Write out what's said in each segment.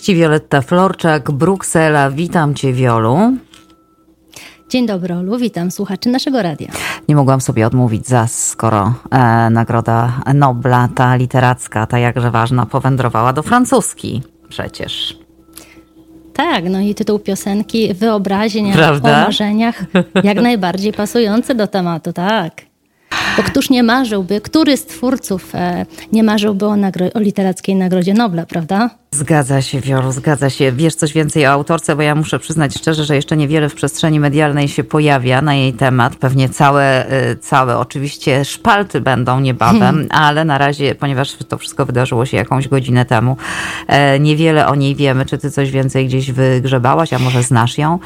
gości Wioletta Florczak, Bruksela. Witam Cię, Wiolu. Dzień dobry, Olu. Witam słuchaczy naszego radia. Nie mogłam sobie odmówić skoro Nagroda Nobla, ta literacka, ta jakże ważna, powędrowała do francuski przecież. Tak, no i tytuł piosenki Wyobraźnia Prawda? O marzeniach jak najbardziej pasujący do tematu, tak. Bo któż nie marzyłby, który z twórców nie marzyłby o literackiej Nagrodzie Nobla, prawda? Zgadza się, Wiolu, zgadza się. Wiesz coś więcej o autorce, bo ja muszę przyznać szczerze, że jeszcze niewiele w przestrzeni medialnej się pojawia na jej temat. Pewnie całe oczywiście szpalty będą niebawem, ale na razie, ponieważ to wszystko wydarzyło się jakąś godzinę temu, niewiele o niej wiemy. Czy ty coś więcej gdzieś wygrzebałaś, a może znasz ją?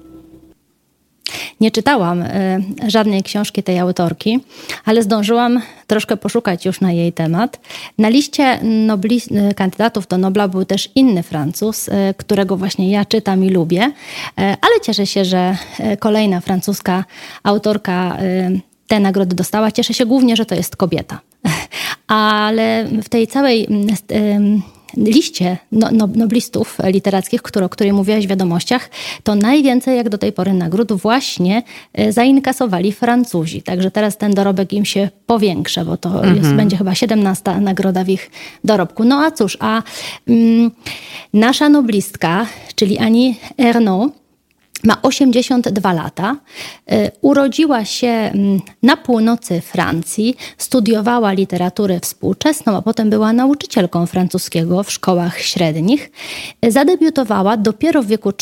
Nie czytałam żadnej książki tej autorki, ale zdążyłam troszkę poszukać już na jej temat. Na liście kandydatów do Nobla był też inny Francuz, którego właśnie ja czytam i lubię, ale cieszę się, że kolejna francuska autorka tę nagrodę dostała. Cieszę się głównie, że to jest kobieta. Ale w tej całej liście noblistów literackich, o której mówiłaś w wiadomościach, to najwięcej jak do tej pory nagród właśnie zainkasowali Francuzi. Także teraz ten dorobek im się powiększa, bo to będzie chyba 17. nagroda w ich dorobku. No a cóż, nasza noblistka, czyli Annie Ernaux, ma 82 lata, urodziła się na północy Francji, studiowała literaturę współczesną, a potem była nauczycielką francuskiego w szkołach średnich. Zadebiutowała dopiero w wieku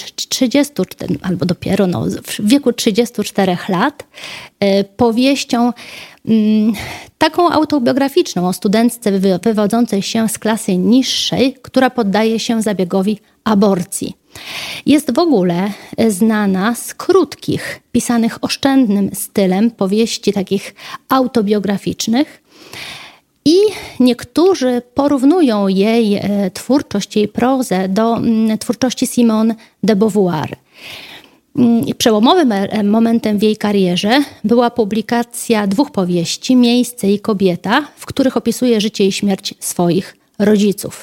34 lat powieścią taką autobiograficzną o studentce wywodzącej się z klasy niższej, która poddaje się zabiegowi aborcji. Jest w ogóle znana z krótkich, pisanych oszczędnym stylem powieści takich autobiograficznych i niektórzy porównują jej twórczość, jej prozę do twórczości Simone de Beauvoir. Przełomowym momentem w jej karierze była publikacja 2 powieści, Miejsce i kobieta, w których opisuje życie i śmierć swoich rodziców.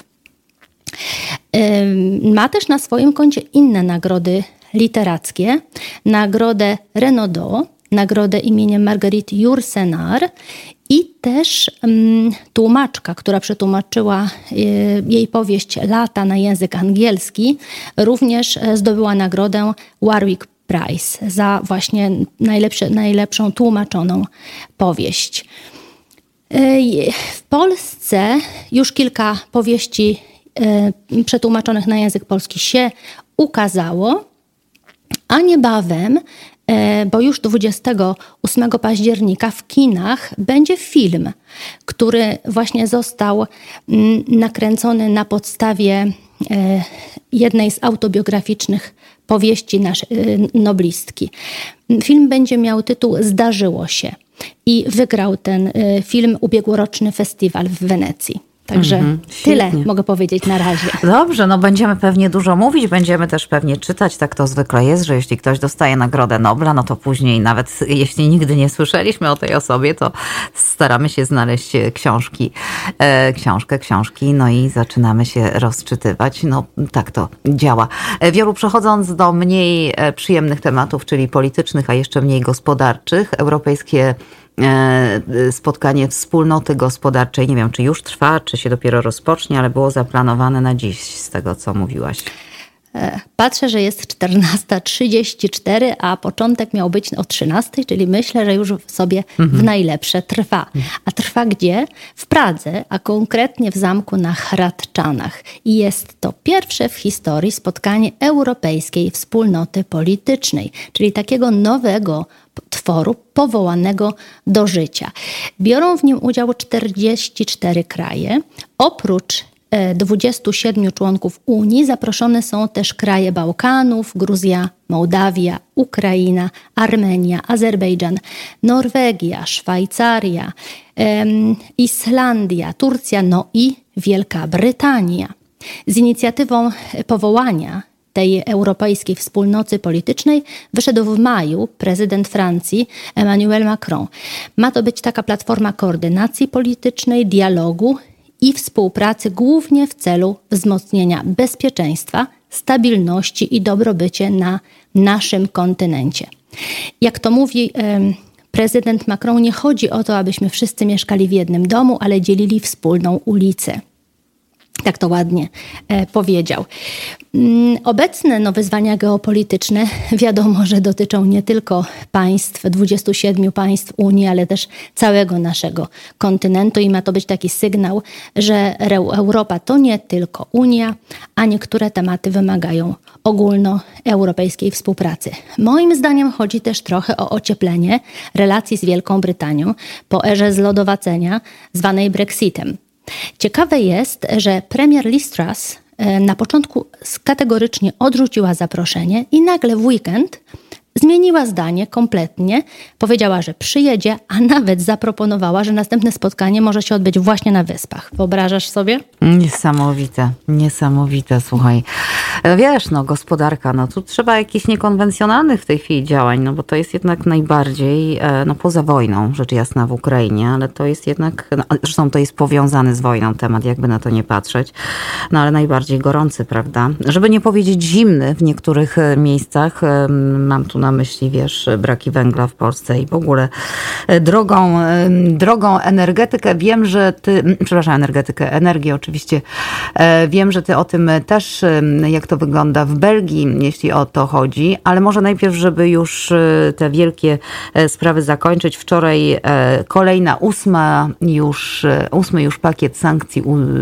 Ma też na swoim koncie inne nagrody literackie. Nagrodę Renaudot, nagrodę imieniem Marguerite Yourcenar i też tłumaczka, która przetłumaczyła jej powieść Lata na język angielski, również zdobyła nagrodę Warwick Prize za właśnie najlepszą tłumaczoną powieść. W Polsce już kilka powieści przetłumaczonych na język polski się ukazało, a niebawem, bo już 28 października w kinach będzie film, który właśnie został nakręcony na podstawie jednej z autobiograficznych powieści noblistki. Film będzie miał tytuł Zdarzyło się i wygrał ten film ubiegłoroczny festiwal w Wenecji. Także tyle mogę powiedzieć na razie. Dobrze, no będziemy pewnie dużo mówić, będziemy też pewnie czytać. Tak to zwykle jest, że jeśli ktoś dostaje Nagrodę Nobla, no to później nawet jeśli nigdy nie słyszeliśmy o tej osobie, to staramy się znaleźć książki, no i zaczynamy się rozczytywać. No tak to działa. Wielu, przechodząc do mniej przyjemnych tematów, czyli politycznych, a jeszcze mniej gospodarczych, europejskie spotkanie wspólnoty gospodarczej, nie wiem, czy już trwa, czy się dopiero rozpocznie, ale było zaplanowane na dziś, z tego co mówiłaś. Patrzę, że jest 14:34, a początek miał być o 13:00, czyli myślę, że już sobie w najlepsze trwa. A trwa gdzie? W Pradze, a konkretnie w zamku na Hradczanach. I jest to pierwsze w historii spotkanie Europejskiej Wspólnoty Politycznej, czyli takiego nowego tworu powołanego do życia. Biorą w nim udział 44 kraje. Oprócz 27 członków Unii zaproszone są też kraje Bałkanów, Gruzja, Mołdawia, Ukraina, Armenia, Azerbejdżan, Norwegia, Szwajcaria, Islandia, Turcja, no i Wielka Brytania. Z inicjatywą powołania tej Europejskiej Wspólnoty Politycznej wyszedł w maju prezydent Francji Emmanuel Macron. Ma to być taka platforma koordynacji politycznej, dialogu i współpracy głównie w celu wzmocnienia bezpieczeństwa, stabilności i dobrobycie na naszym kontynencie. Jak to mówi prezydent Macron, nie chodzi o to, abyśmy wszyscy mieszkali w jednym domu, ale dzielili wspólną ulicę. Tak to ładnie powiedział. Obecne wyzwania geopolityczne wiadomo, że dotyczą nie tylko 27 państw Unii, ale też całego naszego kontynentu i ma to być taki sygnał, że Europa to nie tylko Unia, a niektóre tematy wymagają ogólnoeuropejskiej współpracy. Moim zdaniem chodzi też trochę o ocieplenie relacji z Wielką Brytanią po erze zlodowacenia zwanej Brexitem. Ciekawe jest, że premier Liz Truss na początku kategorycznie odrzuciła zaproszenie i nagle w weekend zmieniła zdanie kompletnie. Powiedziała, że przyjedzie, a nawet zaproponowała, że następne spotkanie może się odbyć właśnie na Wyspach. Wyobrażasz sobie? Niesamowite, słuchaj. Wiesz, gospodarka, tu trzeba jakichś niekonwencjonalnych w tej chwili działań, bo to jest jednak najbardziej, poza wojną, rzecz jasna w Ukrainie, ale to jest jednak, zresztą to jest powiązany z wojną temat, jakby na to nie patrzeć, ale najbardziej gorący, prawda? Żeby nie powiedzieć zimny w niektórych miejscach, mam tu na myśli, braki węgla w Polsce i w ogóle drogą energetykę. Wiem, że energię oczywiście. Wiem, że ty o tym też, jak to wygląda w Belgii, jeśli o to chodzi, ale może najpierw, żeby już te wielkie sprawy zakończyć. Wczoraj kolejna ósmy już pakiet sankcji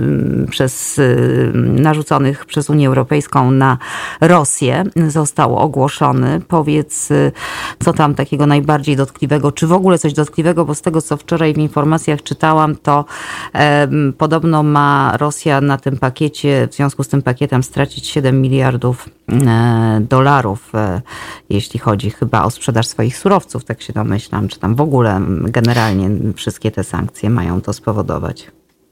narzuconych przez Unię Europejską na Rosję został ogłoszony. Powiedz, co tam takiego najbardziej dotkliwego, czy w ogóle coś dotkliwego, bo z tego, co wczoraj w informacjach czytałam, to podobno ma Rosja na tym pakiecie, w związku z tym pakietem stracić 7 miliardów dolarów, jeśli chodzi chyba o sprzedaż swoich surowców, tak się domyślam, czy tam w ogóle generalnie wszystkie te sankcje mają to spowodować.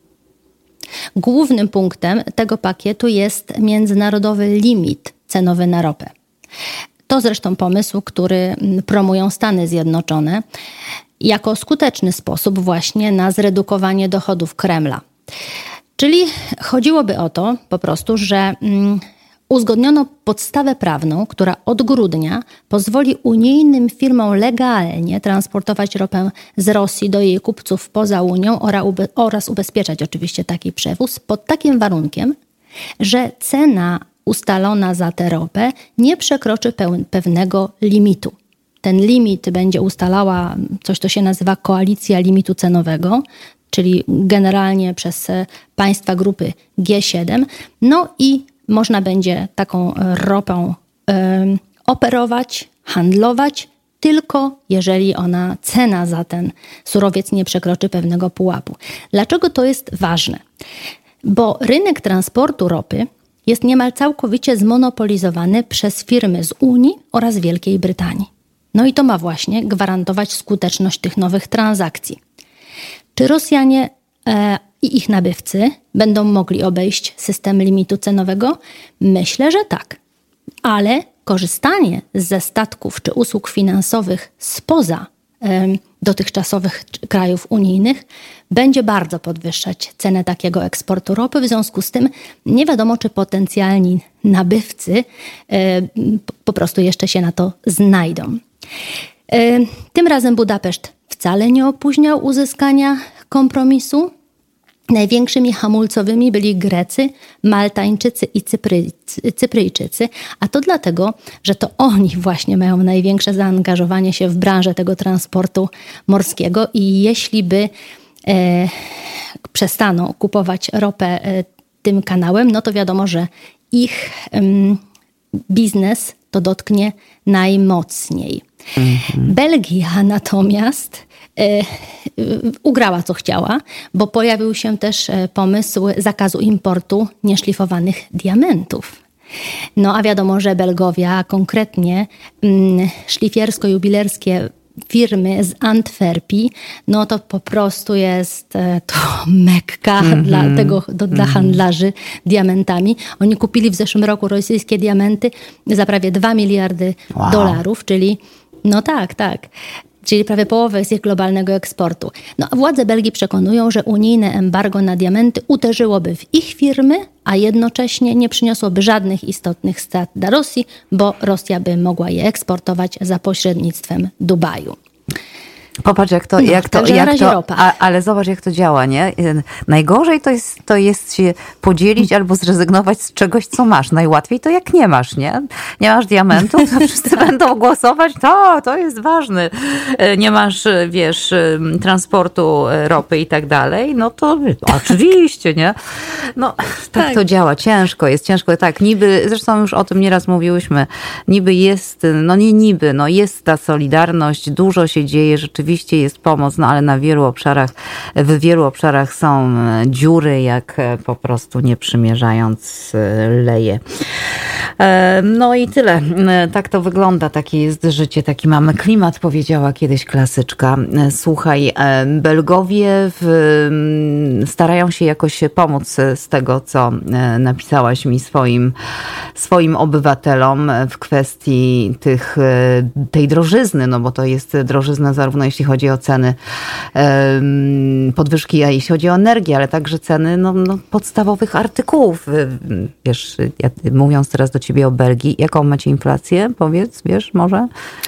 Głównym punktem tego pakietu jest międzynarodowy limit cenowy na ropę. To zresztą pomysł, który promują Stany Zjednoczone jako skuteczny sposób właśnie na zredukowanie dochodów Kremla. Czyli chodziłoby o to po prostu, że uzgodniono podstawę prawną, która od grudnia pozwoli unijnym firmom legalnie transportować ropę z Rosji do jej kupców poza Unią oraz ubezpieczać oczywiście taki przewóz pod takim warunkiem, że cena ustalona za tę ropę nie przekroczy pewnego limitu. Ten limit będzie ustalała coś, co się nazywa koalicja limitu cenowego, czyli generalnie przez państwa grupy G7. I można będzie taką ropą operować, handlować, tylko jeżeli cena za ten surowiec nie przekroczy pewnego pułapu. Dlaczego to jest ważne? Bo rynek transportu ropy jest niemal całkowicie zmonopolizowany przez firmy z Unii oraz Wielkiej Brytanii. I to ma właśnie gwarantować skuteczność tych nowych transakcji. Czy Rosjanie i ich nabywcy będą mogli obejść system limitu cenowego? Myślę, że tak. Ale korzystanie ze statków czy usług finansowych spoza dotychczasowych krajów unijnych będzie bardzo podwyższać cenę takiego eksportu ropy. W związku z tym nie wiadomo, czy potencjalni nabywcy po prostu jeszcze się na to znajdą. Tym razem Budapeszt wcale nie opóźniał uzyskania kompromisu. Największymi hamulcowymi byli Grecy, Maltańczycy i Cypryjczycy, a to dlatego, że to oni właśnie mają największe zaangażowanie się w branżę tego transportu morskiego i jeśli by przestaną kupować ropę tym kanałem, to wiadomo, że ich biznes to dotknie najmocniej. Belgia natomiast ugrała co chciała, bo pojawił się też pomysł zakazu importu nieszlifowanych diamentów. A wiadomo, że Belgowie, a konkretnie szlifiersko-jubilerskie firmy z Antwerpii, to po prostu jest to Mekka dla handlarzy diamentami. Oni kupili w zeszłym roku rosyjskie diamenty za prawie 2 miliardy dolarów, czyli tak. czyli prawie połowę z ich globalnego eksportu. No, a władze Belgii przekonują, że unijne embargo na diamenty uderzyłoby w ich firmy, a jednocześnie nie przyniosłoby żadnych istotnych strat dla Rosji, bo Rosja by mogła je eksportować za pośrednictwem Dubaju. Popatrz, ale zobacz, jak to działa, nie? Najgorzej to jest się podzielić albo zrezygnować z czegoś, co masz. Najłatwiej to jak nie masz, nie? Nie masz diamentów, to wszyscy będą głosować, to jest ważne. Nie masz, wiesz, transportu ropy i tak dalej, no to oczywiście, nie? No, tak to działa. Ciężko jest. Tak, niby, zresztą już o tym nieraz mówiłyśmy, niby jest, jest ta solidarność, dużo się dzieje, rzeczywiście jest pomoc, ale w wielu obszarach są dziury, jak po prostu nie przymierzając leje. No i tyle. Tak to wygląda, takie jest życie, taki mamy klimat, powiedziała kiedyś klasyczka. Słuchaj, Belgowie starają się jakoś pomóc z tego, co napisałaś mi swoim obywatelom w kwestii tej drożyzny, no bo to jest drożyzna zarówno jeśli chodzi o ceny podwyżki, a jeśli chodzi o energię, ale także ceny podstawowych artykułów. Wiesz, mówiąc teraz do ciebie o Belgii, jaką macie inflację? Powiedz, wiesz, może?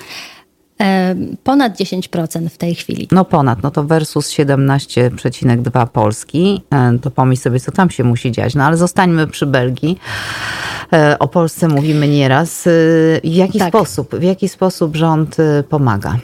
Ponad 10% w tej chwili. No to versus 17,2 Polski. To pomyśl sobie, co tam się musi dziać. No ale zostańmy przy Belgii. O Polsce mówimy nieraz. W jaki sposób rząd pomaga?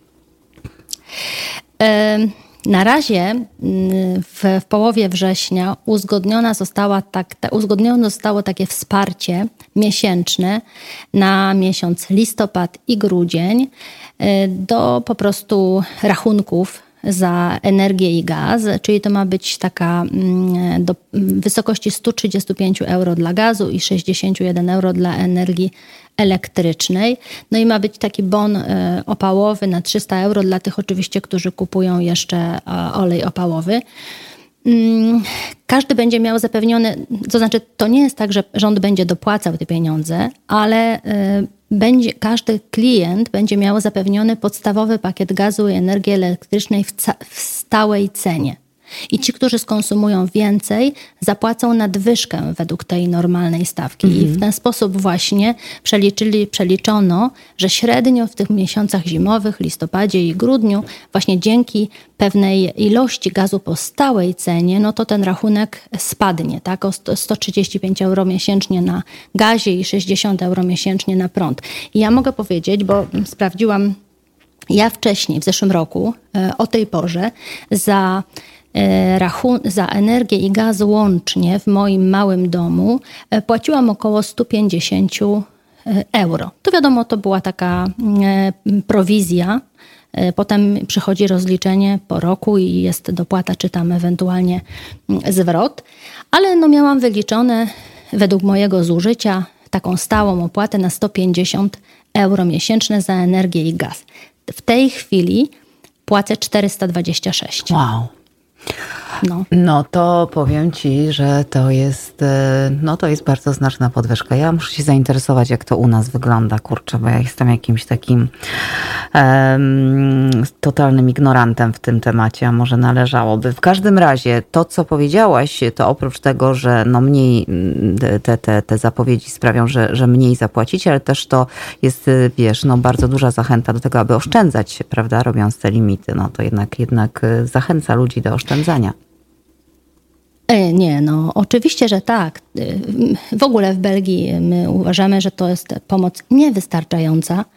Na razie w połowie września uzgodnione zostało takie wsparcie miesięczne na miesiąc listopad i grudzień do po prostu rachunków za energię i gaz, czyli to ma być taka do wysokości 135 euro dla gazu i 61 euro dla energii elektrycznej. No i ma być taki bon opałowy na 300 euro dla tych oczywiście, którzy kupują jeszcze olej opałowy. Każdy będzie miał zapewnione, to znaczy to nie jest tak, że rząd będzie dopłacał te pieniądze, ale każdy klient będzie miał zapewniony podstawowy pakiet gazu i energii elektrycznej w stałej cenie. I ci, którzy skonsumują więcej, zapłacą nadwyżkę według tej normalnej stawki. I w ten sposób właśnie przeliczono, że średnio w tych miesiącach zimowych, listopadzie i grudniu, właśnie dzięki pewnej ilości gazu po stałej cenie, no to ten rachunek spadnie, tak? O 135 euro miesięcznie na gazie i 60 euro miesięcznie na prąd. I ja mogę powiedzieć, bo sprawdziłam, ja wcześniej, w zeszłym roku, o tej porze, za energię i gaz łącznie w moim małym domu płaciłam około 150 euro. To wiadomo, to była taka prowizja. Potem przychodzi rozliczenie po roku i jest dopłata, czy tam ewentualnie zwrot. Ale miałam wyliczone według mojego zużycia taką stałą opłatę na 150 euro miesięczne za energię i gaz. W tej chwili płacę 426. Wow. No to powiem ci, że to jest bardzo znaczna podwyżka. Ja muszę się zainteresować, jak to u nas wygląda, kurczę, bo ja jestem jakimś takim totalnym ignorantem w tym temacie, a może należałoby. W każdym razie to, co powiedziałaś, to oprócz tego, że mniej te zapowiedzi sprawią, że mniej zapłacicie, ale też to jest, wiesz, bardzo duża zachęta do tego, aby oszczędzać, prawda, robiąc te limity. No to jednak zachęca ludzi do oszczędzania. Nie, oczywiście, że tak. W ogóle w Belgii my uważamy, że to jest pomoc niewystarczająca,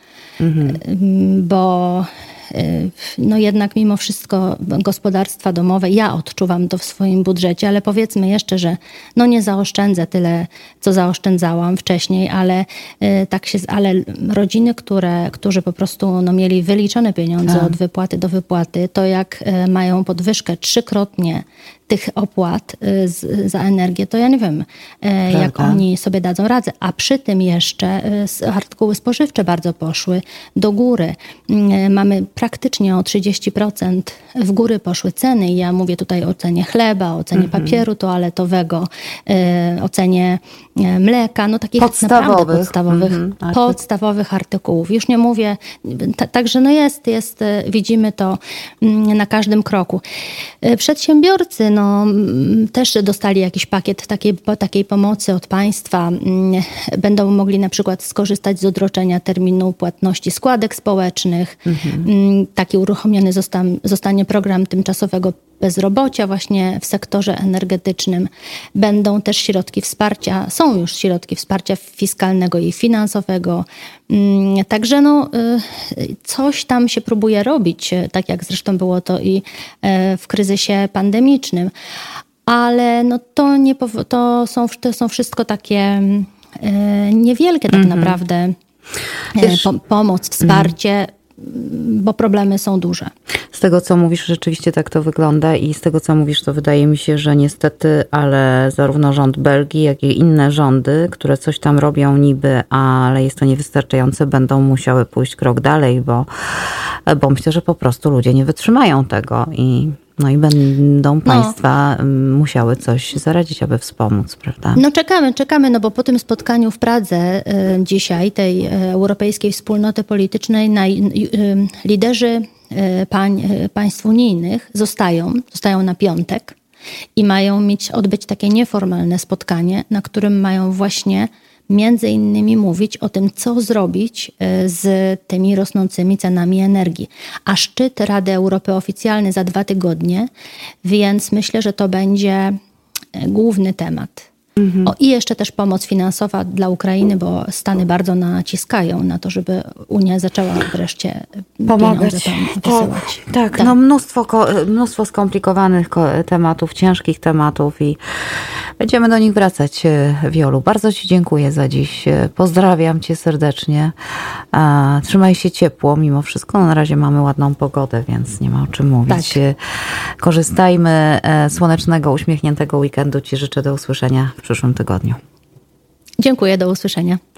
bo jednak mimo wszystko gospodarstwa domowe, ja odczuwam to w swoim budżecie, ale powiedzmy jeszcze, że nie zaoszczędzę tyle, co zaoszczędzałam wcześniej, ale ale rodziny, którzy po prostu mieli wyliczone pieniądze od wypłaty do wypłaty, to jak mają podwyżkę 3-krotnie tych opłat za energię, to ja nie wiem, jak oni sobie dadzą radę. A przy tym jeszcze artykuły spożywcze bardzo poszły do góry. Mamy praktycznie o 30% w góry poszły ceny. Ja mówię tutaj o cenie chleba, o cenie papieru toaletowego, o cenie mleka, no takich naprawdę podstawowych artykułów. Już nie mówię, także no jest, widzimy to na każdym kroku. Przedsiębiorcy też dostali jakiś pakiet takiej pomocy od państwa. Będą mogli na przykład skorzystać z odroczenia terminu płatności składek społecznych. Taki uruchomiony zostanie program tymczasowego bezrobocia właśnie w sektorze energetycznym. Będą też środki wsparcia, są już środki wsparcia fiskalnego i finansowego. Także coś tam się próbuje robić, tak jak zresztą było to i w kryzysie pandemicznym. Ale to są wszystko takie niewielkie tak naprawdę pomoc, wsparcie, bo problemy są duże. Z tego, co mówisz, rzeczywiście tak to wygląda i z tego, co mówisz, to wydaje mi się, że niestety, ale zarówno rząd Belgii, jak i inne rządy, które coś tam robią niby, ale jest to niewystarczające, będą musiały pójść krok dalej, bo myślę, że po prostu ludzie nie wytrzymają tego i będą państwa musiały coś zaradzić, aby wspomóc, prawda? Czekamy, bo po tym spotkaniu w Pradze dzisiaj, tej Europejskiej Wspólnoty Politycznej, liderzy państw unijnych zostają na piątek i mają odbyć takie nieformalne spotkanie, na którym mają właśnie między innymi mówić o tym, co zrobić z tymi rosnącymi cenami energii. A szczyt Rady Europy oficjalny za 2 tygodnie, więc myślę, że to będzie główny temat. I jeszcze też pomoc finansowa dla Ukrainy, bo Stany bardzo naciskają na to, żeby Unia zaczęła wreszcie pieniądze tam wysyłać. Tak. Mnóstwo skomplikowanych tematów, ciężkich tematów i będziemy do nich wracać, Wiolu. Bardzo Ci dziękuję za dziś. Pozdrawiam Cię serdecznie. Trzymaj się ciepło mimo wszystko. Na razie mamy ładną pogodę, więc nie ma o czym mówić. Tak. Korzystajmy. Słonecznego, uśmiechniętego weekendu Ci życzę. Do usłyszenia w przyszłym tygodniu. Dziękuję, do usłyszenia.